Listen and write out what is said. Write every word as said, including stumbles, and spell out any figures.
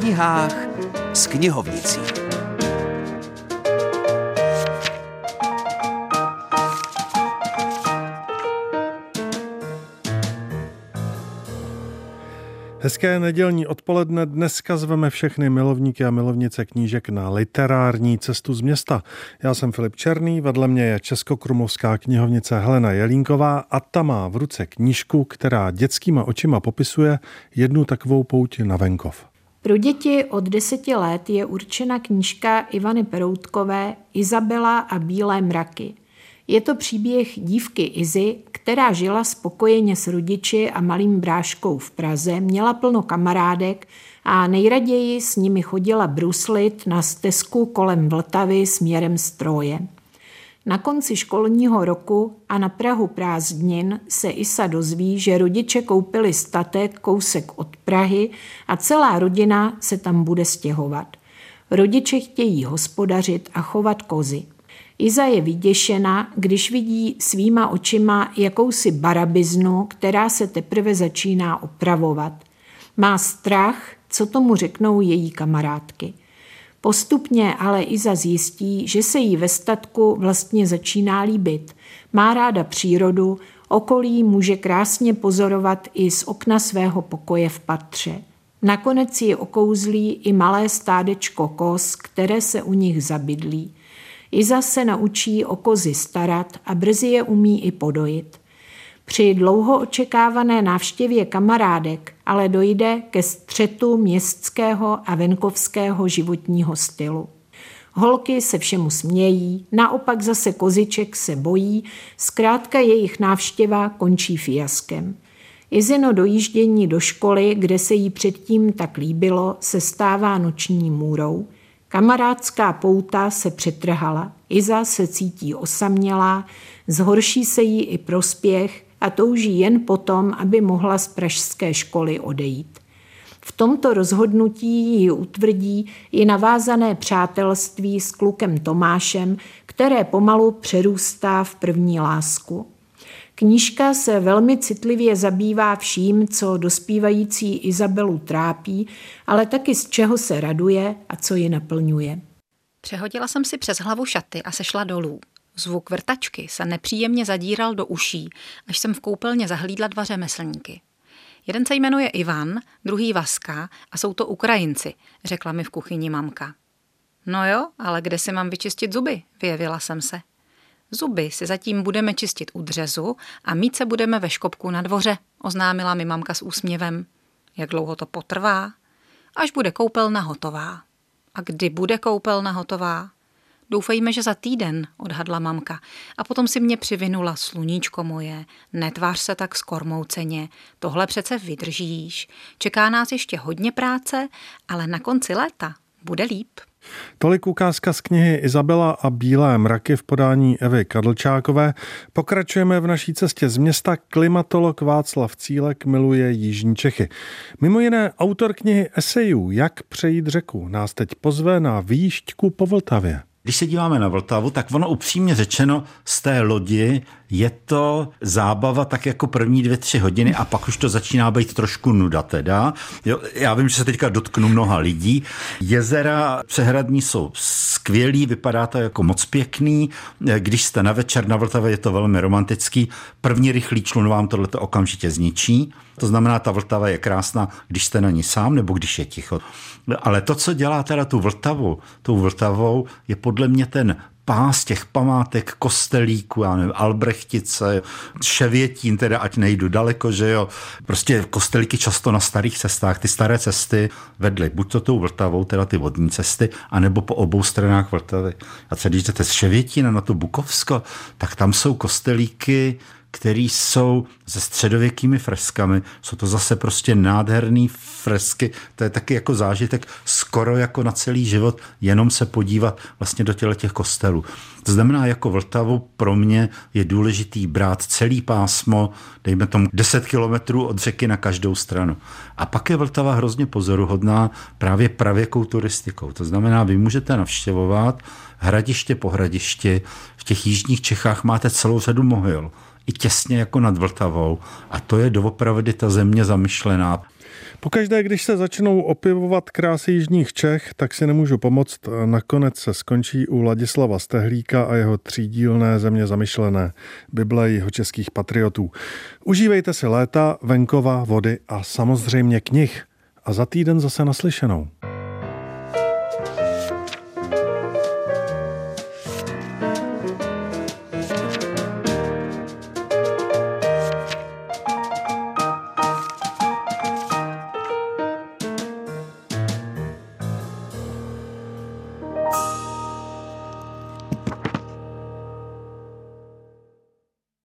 knihách s knihovnicí. Hezké nedělní odpoledne. Dneska zveme všechny milovníky a milovnice knížek na literární cestu z města. Já jsem Filip Černý, vedle mě je Českokrumlovská knihovnice Helena Jelínková a ta má v ruce knížku, která dětskýma očima popisuje jednu takovou pouť na venkov. Pro děti od deseti let je určena knížka Ivany Peroutkové Izabela a bílé mraky. Je to příběh dívky Izy, která žila spokojeně s rodiči a malým bráškou v Praze, měla plno kamarádek a nejraději s nimi chodila bruslit na stezku kolem Vltavy směrem z Troje. Na konci školního roku a na prahu prázdnin se Isa dozví, že rodiče koupili statek kousek od Prahy a celá rodina se tam bude stěhovat. Rodiče chtějí hospodařit a chovat kozy. Iza je vyděšena, když vidí svýma očima jakousi barabiznu, která se teprve začíná opravovat. Má strach, co tomu řeknou její kamarádky. Postupně ale Iza zjistí, že se jí ve statku vlastně začíná líbit. Má ráda přírodu, okolí může krásně pozorovat i z okna svého pokoje v patře. Nakonec ji okouzlí i malé stádečko koz, které se u nich zabydlí. Iza se naučí o kozy starat a brzy je umí i podojit. Při dlouho očekávané návštěvě kamarádek ale dojde ke střetu městského a venkovského životního stylu. Holky se všemu smějí, naopak zase koziček se bojí, zkrátka jejich návštěva končí fiaskem. Izino dojíždění do školy, kde se jí předtím tak líbilo, se stává noční můrou. Kamarádská pouta se přetrhala, Iza se cítí osamělá, zhorší se jí i prospěch a touží jen potom, aby mohla z pražské školy odejít. V tomto rozhodnutí ji utvrdí i navázané přátelství s klukem Tomášem, které pomalu přerůstá v první lásku. Knížka se velmi citlivě zabývá vším, co dospívající Izabelu trápí, ale taky z čeho se raduje a co ji naplňuje. Přehodila jsem si přes hlavu šaty a sešla dolů. Zvuk vrtačky se nepříjemně zadíral do uší, až jsem v koupelně zahlídla dva řemeslníky. Jeden se jmenuje Ivan, druhý Vaska a jsou to Ukrajinci, řekla mi v kuchyni mamka. No jo, ale kde si mám vyčistit zuby, vyjevila jsem se. Zuby si zatím budeme čistit u dřezu a mít se budeme ve škopku na dvoře, oznámila mi mamka s úsměvem. Jak dlouho to potrvá? Až bude koupelna hotová. A kdy bude koupelna hotová? Doufejme, že za týden, odhadla mamka. A potom si mě přivinula: sluníčko moje, netvář se tak skormouceně, tohle přece vydržíš. Čeká nás ještě hodně práce, ale na konci léta bude líp. Tolik ukázka z knihy Izabela a bílé mraky v podání Evy Kadlčákové. Pokračujeme v naší cestě z města. Klimatolog Václav Cílek miluje jižní Čechy. Mimo jiné autor knihy esejů Jak přejít řeku nás teď pozve na výjížďku po Vltavě. Když se díváme na Vltavu, tak ono upřímně řečeno z té lodi je to zábava tak jako první dvě, tři hodiny a pak už to začíná být trošku nuda teda. Jo, já vím, že se teďka dotknu mnoha lidí. Jezera přehradní jsou skvělý, vypadá to jako moc pěkný. Když jste na večer na Vltavě, je to velmi romantický. První rychlý člun vám tohleto okamžitě zničí. To znamená, ta Vltava je krásná, když jste na ní sám nebo když je ticho. Ale to, co dělá teda tu Vltavu, tou Vltavou, je podle mě ten pás těch památek, kostelíků, já nevím, Albrechtice, Ševětín, teda ať nejdu daleko, že jo. Prostě kostelíky často na starých cestách, ty staré cesty vedly buď to tou Vltavou, teda ty vodní cesty, anebo po obou stranách Vltavy. A třeba když jdete z Ševětína na to Bukovsko, tak tam jsou kostelíky, který jsou se středověkými freskami. Jsou to zase prostě nádherný fresky. To je taky jako zážitek skoro jako na celý život, jenom se podívat vlastně do těch kostelů. To znamená, jako Vltavu pro mě je důležitý brát celý pásmo, dejme tomu deset kilometrů od řeky na každou stranu. A pak je Vltava hrozně pozoruhodná právě pravěkou turistikou. To znamená, vy můžete navštěvovat hradiště po hradišti. V těch jižních Čechách máte celou řadu mohyl. i těsně jako nad Vltavou. A to je doopravdy ta země zamyšlená. Pokaždé, když se začnou opěvovat krásy jižních Čech, tak si nemůžu pomoct. Nakonec se skončí u Ladislava Stehlíka a jeho třídílné Země zamyšlené, Bible jihočeských patriotů. Užívejte si léta, venkova, vody a samozřejmě knih. A za týden zase naslyšenou.